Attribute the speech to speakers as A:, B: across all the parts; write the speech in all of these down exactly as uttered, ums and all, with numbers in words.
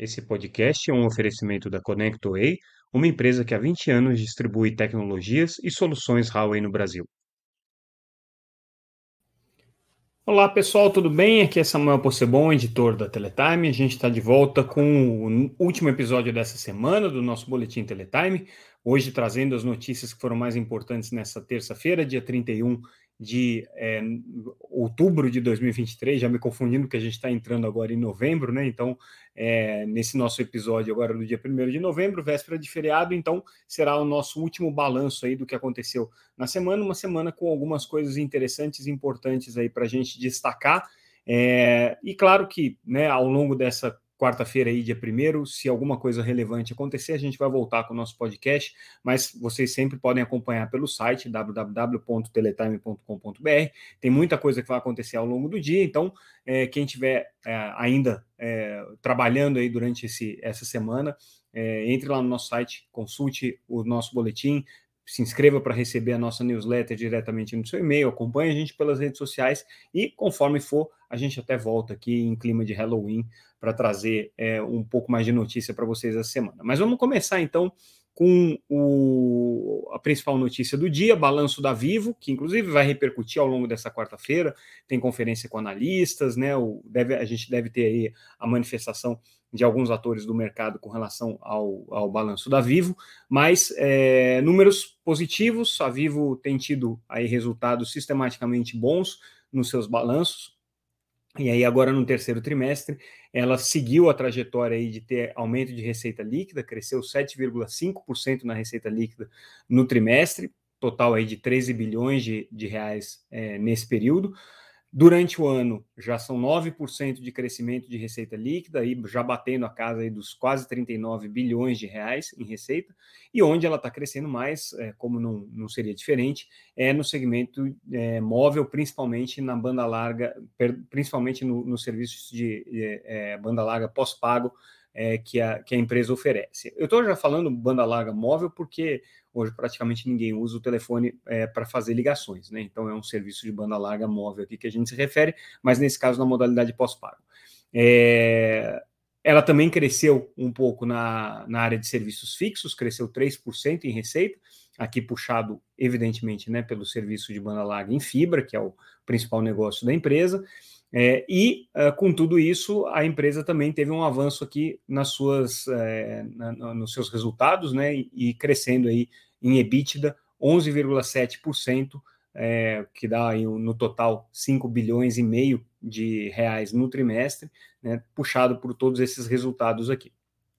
A: Esse podcast é um oferecimento da ConnectWay, uma empresa que há vinte anos distribui tecnologias e soluções Huawei no Brasil. Olá pessoal, tudo bem? Aqui é Samuel Possebon, editor da Teletime. A gente está de volta com o último episódio dessa semana do nosso Boletim Teletime. Hoje trazendo as notícias que foram mais importantes nessa terça-feira, dia trinta e um de é, outubro de dois mil e vinte e três, já me confundindo que a gente está entrando agora em novembro, né? Então, é, nesse nosso episódio agora do dia primeiro de novembro, véspera de feriado, então será o nosso último balanço aí do que aconteceu na semana, uma semana com algumas coisas interessantes e importantes aí para a gente destacar. É, e claro que, né, ao longo dessa quarta-feira aí, dia primeiro, se alguma coisa relevante acontecer, a gente vai voltar com o nosso podcast, mas vocês sempre podem acompanhar pelo site w w w ponto teletime ponto com ponto b r. Tem muita coisa que vai acontecer ao longo do dia, então é, quem estiver é, ainda é, trabalhando aí durante esse, essa semana, é, entre lá no nosso site, consulte o nosso boletim, se inscreva para receber a nossa newsletter diretamente no seu e-mail, acompanhe a gente pelas redes sociais e, conforme for, a gente até volta aqui em clima de Halloween para trazer é, um pouco mais de notícia para vocês essa semana. Mas vamos começar, então, com o, a principal notícia do dia, balanço da Vivo, que inclusive vai repercutir ao longo dessa quarta-feira, tem conferência com analistas, né? O, deve, a gente deve ter aí a manifestação de alguns atores do mercado com relação ao, ao balanço da Vivo, mas é, números positivos, a Vivo tem tido aí resultados sistematicamente bons nos seus balanços, e aí agora no terceiro trimestre ela seguiu a trajetória aí de ter aumento de receita líquida, cresceu sete vírgula cinco por cento na receita líquida no trimestre, total aí de treze bilhões de, de reais é, nesse período. Durante o ano, já são nove por cento de crescimento de receita líquida, aí já batendo a casa aí dos quase trinta e nove bilhões de reais em receita, e onde ela está crescendo mais, é, como não, não seria diferente, é no segmento é, móvel, principalmente na banda larga, principalmente nos no serviços de é, banda larga pós-pago, é, que, a, que a empresa oferece. Eu estou já falando banda larga móvel porque hoje praticamente ninguém usa o telefone é, para fazer ligações, né? Então é um serviço de banda larga móvel aqui que a gente se refere, mas nesse caso na modalidade pós-pago. É... Ela também cresceu um pouco na, na área de serviços fixos, cresceu três por cento em receita, aqui puxado, evidentemente, né, pelo serviço de banda larga em fibra, que é o principal negócio da empresa. É, e, uh, com tudo isso, a empresa também teve um avanço aqui nas suas, é, na, nos seus resultados, né, e, e crescendo aí em EBITDA onze vírgula sete por cento, é, que dá aí no total cinco bilhões e meio de reais no trimestre, né, puxado por todos esses resultados aqui.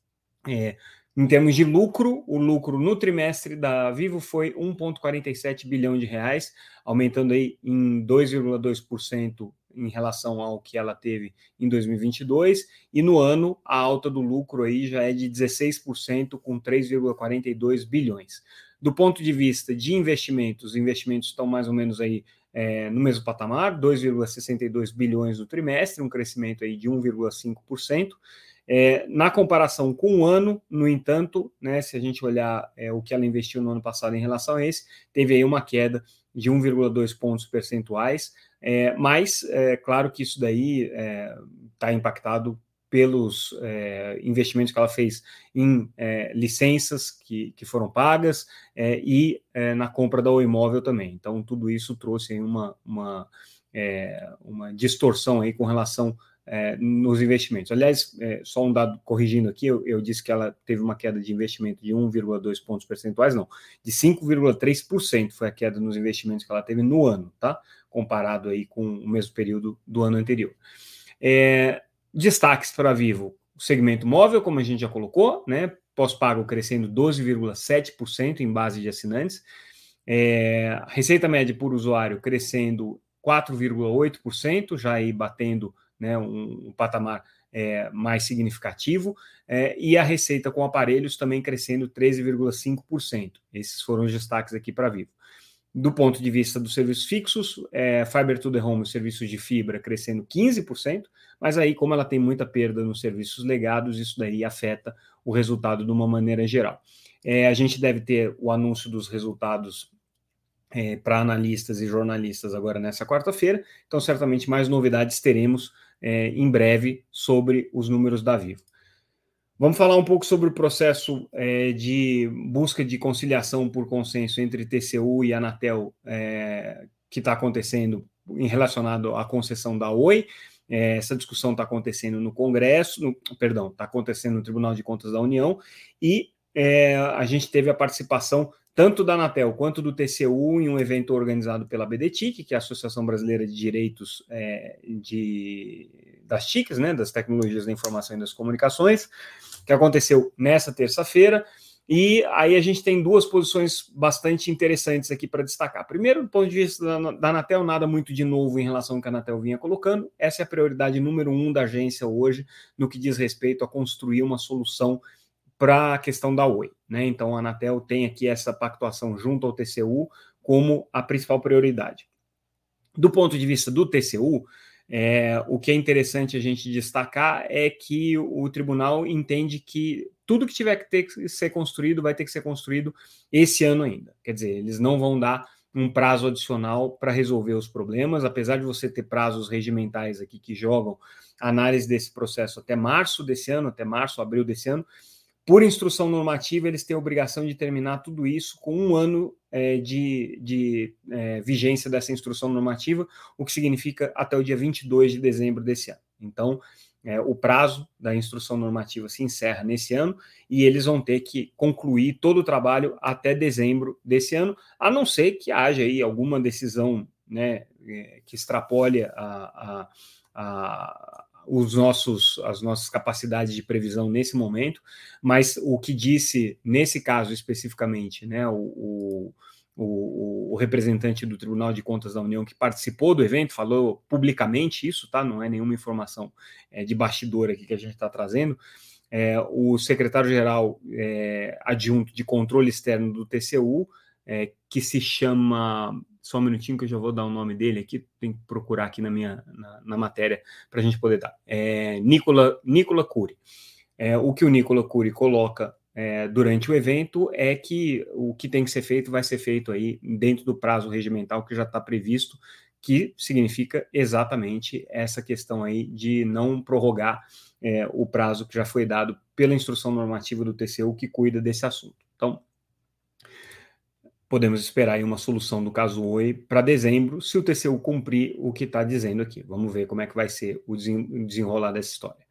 A: É, em termos de lucro, o lucro no trimestre da Vivo foi um vírgula quarenta e sete bilhão de reais, aumentando aí em dois vírgula dois por cento em relação ao que ela teve em dois mil e vinte e dois, e no ano a alta do lucro aí já é de dezesseis por cento, com três vírgula quarenta e dois bilhões. Do ponto de vista de investimentos, os investimentos estão mais ou menos aí é, no mesmo patamar, dois vírgula sessenta e dois bilhões no trimestre, um crescimento aí de um vírgula cinco por cento. É, na comparação com o ano, no entanto, né, se a gente olhar é, o que ela investiu no ano passado em relação a esse, teve aí uma queda de um vírgula dois pontos percentuais, é, mas é claro que isso daí está é, impactado pelos é, investimentos que ela fez em é, licenças que, que foram pagas é, e é, na compra da Oi Imóvel também. Então, tudo isso trouxe aí uma, uma, é, uma distorção aí com relação É, nos investimentos. Aliás, é, só um dado corrigindo aqui, eu, eu disse que ela teve uma queda de investimento de um vírgula dois pontos percentuais, não, de cinco vírgula três por cento foi a queda nos investimentos que ela teve no ano, tá? Comparado aí com o mesmo período do ano anterior. É, destaques para a Vivo, o segmento móvel, como a gente já colocou, né? Pós-pago crescendo doze vírgula sete por cento em base de assinantes, é, receita média por usuário crescendo quatro vírgula oito por cento, já aí batendo né, um, um patamar é, mais significativo, é, e a receita com aparelhos também crescendo treze vírgula cinco por cento. Esses foram os destaques aqui para a Vivo. Do ponto de vista dos serviços fixos, é, Fiber to the Home, os serviços de fibra, crescendo quinze por cento, mas aí, como ela tem muita perda nos serviços legados, isso daí afeta o resultado de uma maneira geral. É, a gente deve ter o anúncio dos resultados é, para analistas e jornalistas agora nessa quarta-feira, então certamente mais novidades teremos é, em breve sobre os números da Vivo. Vamos falar um pouco sobre o processo é, de busca de conciliação por consenso entre T C U e Anatel, é, que está acontecendo em relacionado à concessão da Oi. É, essa discussão está acontecendo no Congresso, no, perdão, está acontecendo no Tribunal de Contas da União, e é, a gente teve a participação tanto da Anatel quanto do T C U em um evento organizado pela B D T I C, que é a Associação Brasileira de Direitos é, de, das T I Cs, né, das Tecnologias da Informação e das Comunicações, que aconteceu nessa terça-feira. E aí a gente tem duas posições bastante interessantes aqui para destacar. Primeiro, do ponto de vista da, da Anatel, nada muito de novo em relação ao que a Anatel vinha colocando. Essa é a prioridade número um da agência hoje, no que diz respeito a construir uma solução para a questão da Oi, né? Então a Anatel tem aqui essa pactuação junto ao T C U como a principal prioridade. Do ponto de vista do T C U, é, o que é interessante a gente destacar é que o tribunal entende que tudo que tiver que ter que ser construído vai ter que ser construído esse ano ainda. Quer dizer, eles não vão dar um prazo adicional para resolver os problemas, apesar de você ter prazos regimentais aqui que jogam a análise desse processo até março desse ano, até março, abril desse ano. Por instrução normativa, eles têm a obrigação de terminar tudo isso com um ano é, de, de é, vigência dessa instrução normativa, o que significa até o dia vinte e dois de dezembro desse ano. Então, é, o prazo da instrução normativa se encerra nesse ano e eles vão ter que concluir todo o trabalho até dezembro desse ano, a não ser que haja aí alguma decisão, né, que extrapole a, a, a os nossos, as nossas capacidades de previsão nesse momento, mas o que disse, nesse caso especificamente, né, o, o, o representante do Tribunal de Contas da União que participou do evento, falou publicamente isso, tá? Não é nenhuma informação é, de bastidor aqui que a gente está trazendo. É, o secretário-geral é, adjunto de controle externo do T C U, é, que se chama... Só um minutinho que eu já vou dar o nome dele aqui, tem que procurar aqui na minha na, na matéria para a gente poder dar. É Nicola, Nicola Cury. É, o que o Nicola Cury coloca é, durante o evento é que o que tem que ser feito vai ser feito aí dentro do prazo regimental que já está previsto, que significa exatamente essa questão aí de não prorrogar é, o prazo que já foi dado pela instrução normativa do T C U que cuida desse assunto. Então, podemos esperar aí uma solução do caso Oi para dezembro, se o T C U cumprir o que está dizendo aqui. Vamos ver como é que vai ser o desenrolar dessa história.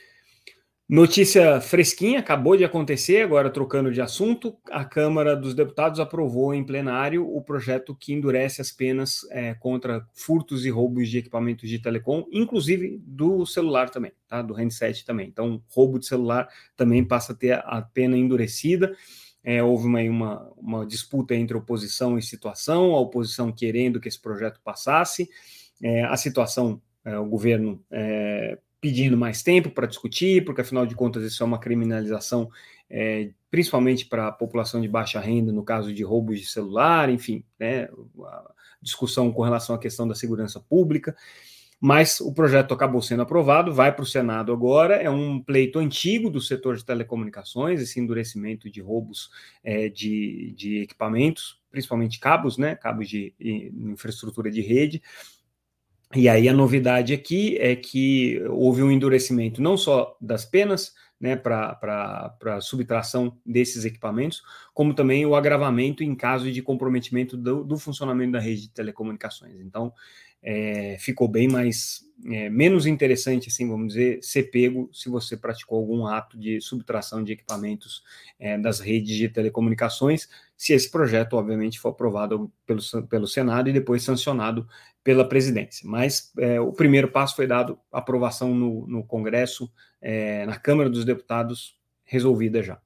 A: Notícia fresquinha, acabou de acontecer, agora trocando de assunto, a Câmara dos Deputados aprovou em plenário o projeto que endurece as penas é, contra furtos e roubos de equipamentos de telecom, inclusive do celular também, tá? Do handset também. Então, roubo de celular também passa a ter a pena endurecida. É, houve uma, uma, uma disputa entre oposição e situação, a oposição querendo que esse projeto passasse, é, a situação, é, o governo é, pedindo mais tempo para discutir, porque afinal de contas isso é uma criminalização, é, principalmente para a população de baixa renda, no caso de roubos de celular, enfim, né, a discussão com relação à questão da segurança pública. Mas o projeto acabou sendo aprovado, vai para o Senado agora, é um pleito antigo do setor de telecomunicações, esse endurecimento de roubos é, de, de equipamentos, principalmente cabos, né, cabos de, de infraestrutura de rede. E aí a novidade aqui é que houve um endurecimento não só das penas, né, para subtração desses equipamentos, como também o agravamento em caso de comprometimento do, do funcionamento da rede de telecomunicações. Então, é, ficou bem mais, é, menos interessante, assim, vamos dizer, ser pego se você praticou algum ato de subtração de equipamentos é, das redes de telecomunicações, se esse projeto, obviamente, for aprovado pelo, pelo Senado e depois sancionado pela presidência. Mas é, o primeiro passo foi dado, aprovação no, no Congresso, é, na Câmara dos Deputados, resolvida já.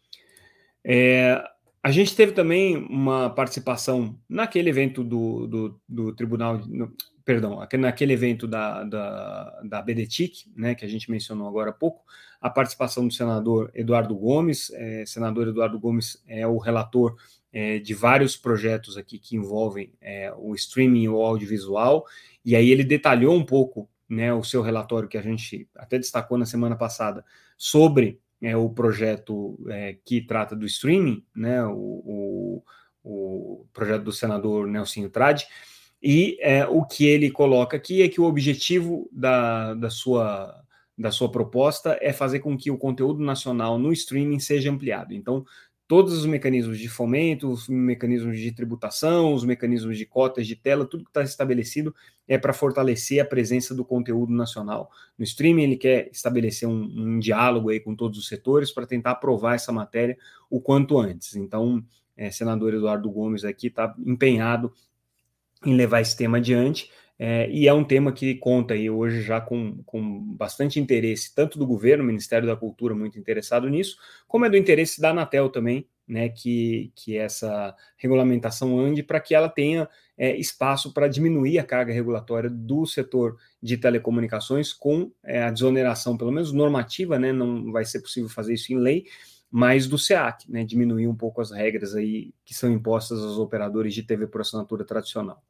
A: É, a gente teve também uma participação naquele evento do, do, do Tribunal, no, perdão, naquele evento da, da, da B D T I C, né, que a gente mencionou agora há pouco, a participação do senador Eduardo Gomes. É, senador Eduardo Gomes é o relator é, de vários projetos aqui que envolvem é, o streaming e o audiovisual, e aí ele detalhou um pouco, né, o seu relatório que a gente até destacou na semana passada sobre é, o projeto é, que trata do streaming, né, o, o, o projeto do senador Nelsinho Trade, e é, o que ele coloca aqui é que o objetivo da, da sua, da sua proposta é fazer com que o conteúdo nacional no streaming seja ampliado. Então, todos os mecanismos de fomento, os mecanismos de tributação, os mecanismos de cotas de tela, tudo que está estabelecido é para fortalecer a presença do conteúdo nacional no streaming. Ele quer estabelecer um, um diálogo aí com todos os setores para tentar aprovar essa matéria o quanto antes. Então, é, senador Eduardo Gomes aqui está empenhado em levar esse tema adiante, é, e é um tema que conta aí hoje já com, com bastante interesse, tanto do governo, o Ministério da Cultura muito interessado nisso, como é do interesse da Anatel também, né, que, que essa regulamentação ande para que ela tenha é, espaço para diminuir a carga regulatória do setor de telecomunicações com é, a desoneração, pelo menos normativa, né, não vai ser possível fazer isso em lei, mas do SEAC, né, diminuir um pouco as regras aí que são impostas aos operadores de T V por assinatura tradicional.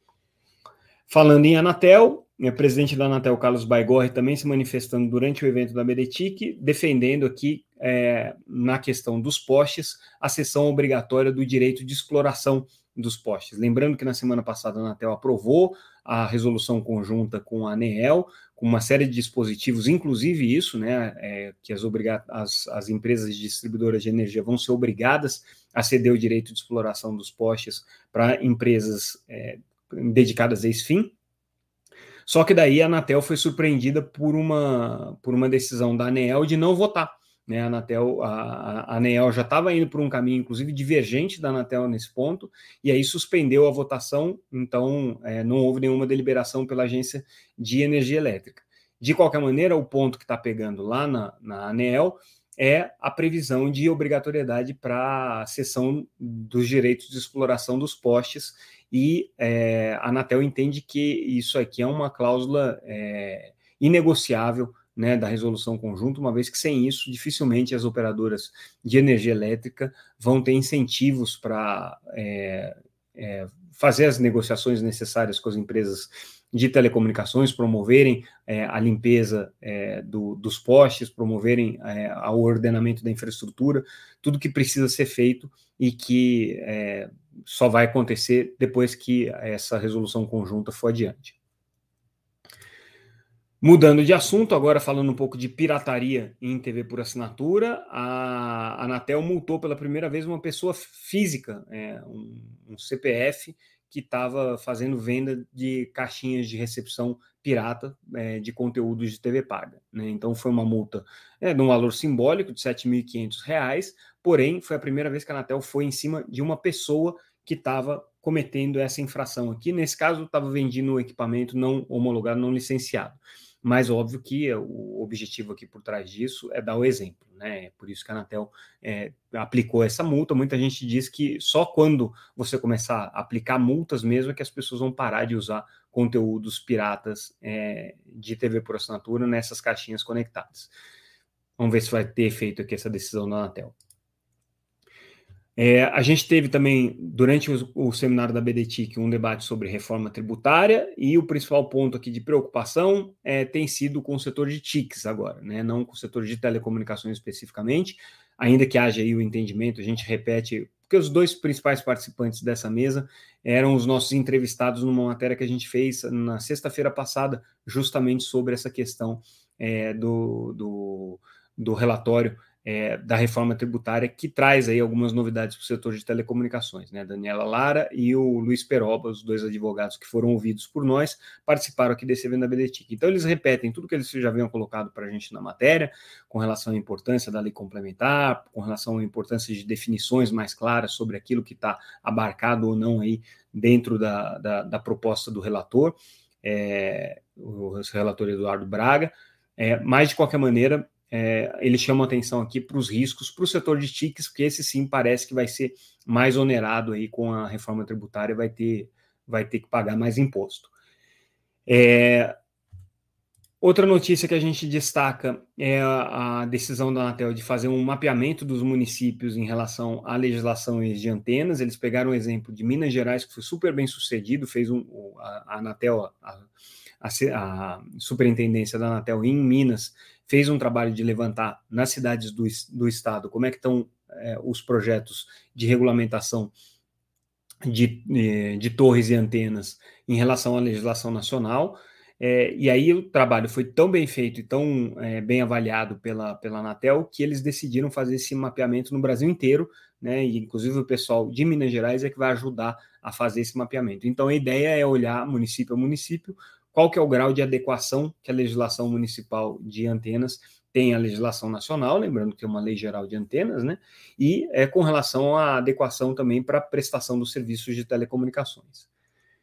A: Falando em Anatel, o presidente da Anatel, Carlos Baigorre, também se manifestando durante o evento da Beretic, defendendo aqui, é, na questão dos postes, a cessão obrigatória do direito de exploração dos postes. Lembrando que na semana passada a Anatel aprovou a resolução conjunta com a ANEEL, com uma série de dispositivos, inclusive isso, né, é, que as, obriga- as, as empresas distribuidoras de energia vão ser obrigadas a ceder o direito de exploração dos postes para empresas é, dedicadas a esse fim. Só que daí a Anatel foi surpreendida por uma, por uma decisão da ANEEL de não votar. Né? A Anatel, a, a ANEEL já estava indo por um caminho, inclusive, divergente da Anatel nesse ponto, e aí suspendeu a votação, então é, não houve nenhuma deliberação pela Agência de Energia Elétrica. De qualquer maneira, o ponto que está pegando lá na, na ANEEL é a previsão de obrigatoriedade para a cessão dos direitos de exploração dos postes, e é, a Anatel entende que isso aqui é uma cláusula é, inegociável, né, da resolução conjunta, uma vez que sem isso, dificilmente as operadoras de energia elétrica vão ter incentivos para é, é, fazer as negociações necessárias com as empresas de telecomunicações, promoverem é, a limpeza é, do, dos postes, promoverem é, o ordenamento da infraestrutura, tudo que precisa ser feito e que é, só vai acontecer depois que essa resolução conjunta for adiante. Mudando de assunto, agora falando um pouco de pirataria em T V por assinatura, a Anatel multou pela primeira vez uma pessoa física, é, um, um C P F, que estava fazendo venda de caixinhas de recepção pirata é, de conteúdos de T V paga. Né? Então foi uma multa é, de um valor simbólico de sete mil e quinhentos reais, porém foi a primeira vez que a Anatel foi em cima de uma pessoa que estava cometendo essa infração aqui. Nesse caso, estava vendendo um equipamento não homologado, não licenciado. Mas óbvio que o objetivo aqui por trás disso é dar o exemplo, né? Por isso que a Anatel é, aplicou essa multa. Muita gente diz que só quando você começar a aplicar multas mesmo é que as pessoas vão parar de usar conteúdos piratas é, de T V por assinatura nessas caixinhas conectadas. Vamos ver se vai ter efeito aqui essa decisão da Anatel. É, a gente teve também, durante o, o seminário da B D T I C, um debate sobre reforma tributária, e o principal ponto aqui de preocupação é, tem sido com o setor de T I Cs agora, né, não com o setor de telecomunicações especificamente, ainda que haja aí o entendimento, a gente repete, porque os dois principais participantes dessa mesa eram os nossos entrevistados numa matéria que a gente fez na sexta-feira passada, justamente sobre essa questão é, do, do, do relatório É, da reforma tributária, que traz aí algumas novidades para o setor de telecomunicações, né? Daniela Lara e o Luiz Peroba, os dois advogados que foram ouvidos por nós, participaram aqui desse evento da B D T I C. Então, eles repetem tudo que eles já haviam colocado para a gente na matéria, com relação à importância da lei complementar, com relação à importância de definições mais claras sobre aquilo que está abarcado ou não aí dentro da, da, da proposta do relator, é, o relator Eduardo Braga, é, mas, de qualquer maneira, É, eles chamam atenção aqui para os riscos para o setor de T I Cs, porque esse sim parece que vai ser mais onerado aí com a reforma tributária, vai ter, vai ter que pagar mais imposto. É, outra notícia que a gente destaca é a, a decisão da Anatel de fazer um mapeamento dos municípios em relação à legislação de antenas. Eles pegaram o exemplo de Minas Gerais, que foi super bem sucedido, fez um, a, a Anatel, a, a, a superintendência da Anatel em Minas, fez um trabalho de levantar nas cidades do, do estado como é que estão é, os projetos de regulamentação de, de torres e antenas em relação à legislação nacional. É, e aí o trabalho foi tão bem feito e tão é, bem avaliado pela, pela Anatel que eles decidiram fazer esse mapeamento no Brasil inteiro, né? E inclusive o pessoal de Minas Gerais é que vai ajudar a fazer esse mapeamento. Então a ideia é olhar município a município qual que é o grau de adequação que a legislação municipal de antenas tem à legislação nacional, lembrando que é uma lei geral de antenas, né? E é com relação à adequação também para a prestação dos serviços de telecomunicações.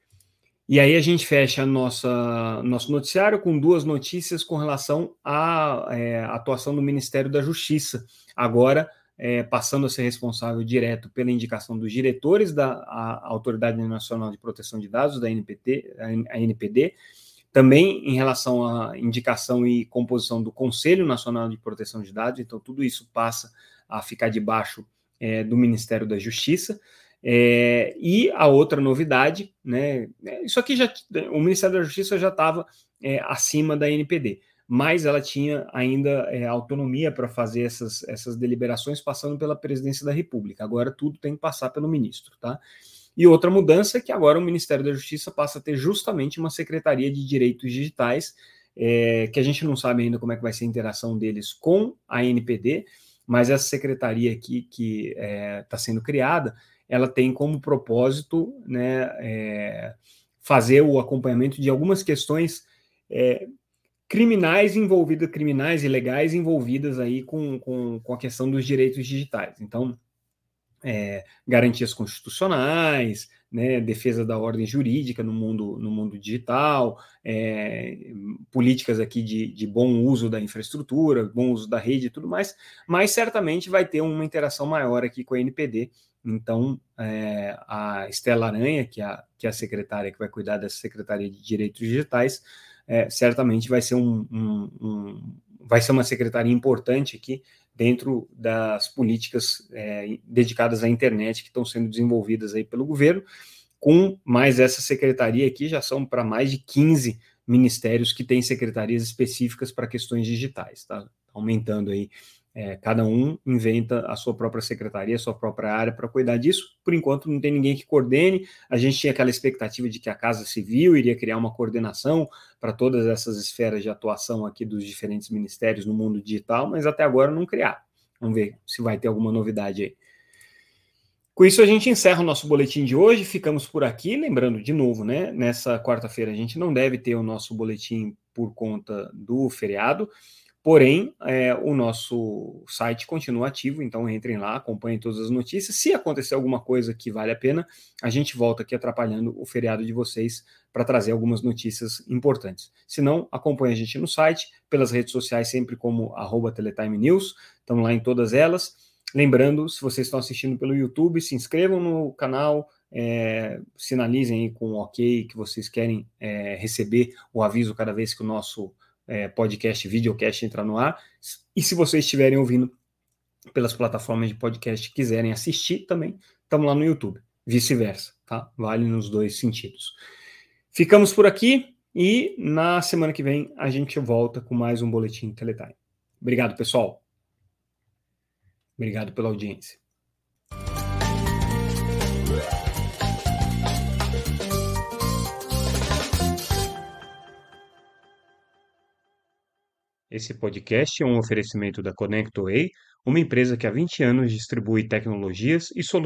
A: E aí a gente fecha a nossa, nosso noticiário com duas notícias com relação à é, atuação do Ministério da Justiça, agora é, passando a ser responsável direto pela indicação dos diretores da a Autoridade Nacional de Proteção de Dados, da N P T, a N P D, também em relação à indicação e composição do Conselho Nacional de Proteção de Dados, então tudo isso passa a ficar debaixo é, do Ministério da Justiça. É, e a outra novidade, né, isso aqui já, o Ministério da Justiça já estava é, acima da N P D, mas ela tinha ainda é, autonomia para fazer essas, essas deliberações passando pela Presidência da República. Agora tudo tem que passar pelo ministro, tá? E outra mudança é que agora o Ministério da Justiça passa a ter justamente uma Secretaria de Direitos Digitais, é, que a gente não sabe ainda como é que vai ser a interação deles com a N P D, mas essa secretaria aqui que está é, tá sendo criada, ela tem como propósito, né, é, fazer o acompanhamento de algumas questões é, criminais envolvidas, criminais e legais envolvidas aí com, com, com a questão dos direitos digitais. Então, é, garantias constitucionais, né, defesa da ordem jurídica no mundo, no mundo digital, é, políticas aqui de, de bom uso da infraestrutura, bom uso da rede e tudo mais, mas certamente vai ter uma interação maior aqui com a N P D. Então, é, a Estela Aranha, que é a, que é a secretária que vai cuidar dessa Secretaria de Direitos Digitais, é, certamente vai ser, um, um, um, vai ser uma secretaria importante aqui dentro das políticas é, dedicadas à internet que estão sendo desenvolvidas aí pelo governo, com mais essa secretaria aqui, já são para mais de quinze ministérios que têm secretarias específicas para questões digitais, tá? Aumentando aí, é, cada um inventa a sua própria secretaria, a sua própria área para cuidar disso. Por enquanto não tem ninguém que coordene, a gente tinha aquela expectativa de que a Casa Civil iria criar uma coordenação para todas essas esferas de atuação aqui dos diferentes ministérios no mundo digital, mas até agora não criaram. Vamos ver se vai ter alguma novidade aí. Com isso, a gente encerra o nosso boletim de hoje, ficamos por aqui, lembrando de novo, né, nessa quarta-feira a gente não deve ter o nosso boletim por conta do feriado, porém, é, o nosso site continua ativo, então entrem lá, acompanhem todas as notícias. Se acontecer alguma coisa que vale a pena, a gente volta aqui atrapalhando o feriado de vocês para trazer algumas notícias importantes. Se não, acompanhe a gente no site, pelas redes sociais, sempre como arroba Teletime News, estamos lá em todas elas. Lembrando, se vocês estão assistindo pelo YouTube, se inscrevam no canal, é, sinalizem aí com o ok que vocês querem é, receber o aviso cada vez que o nosso é, podcast, videocast entrar no ar. E se vocês estiverem ouvindo pelas plataformas de podcast e quiserem assistir também, estamos lá no YouTube. Vice-versa, tá? Vale nos dois sentidos. Ficamos por aqui e na semana que vem a gente volta com mais um Boletim Teletime. Obrigado, pessoal. Obrigado pela audiência. Esse podcast é um oferecimento da ConnectWay, uma empresa que há vinte anos distribui tecnologias e soluções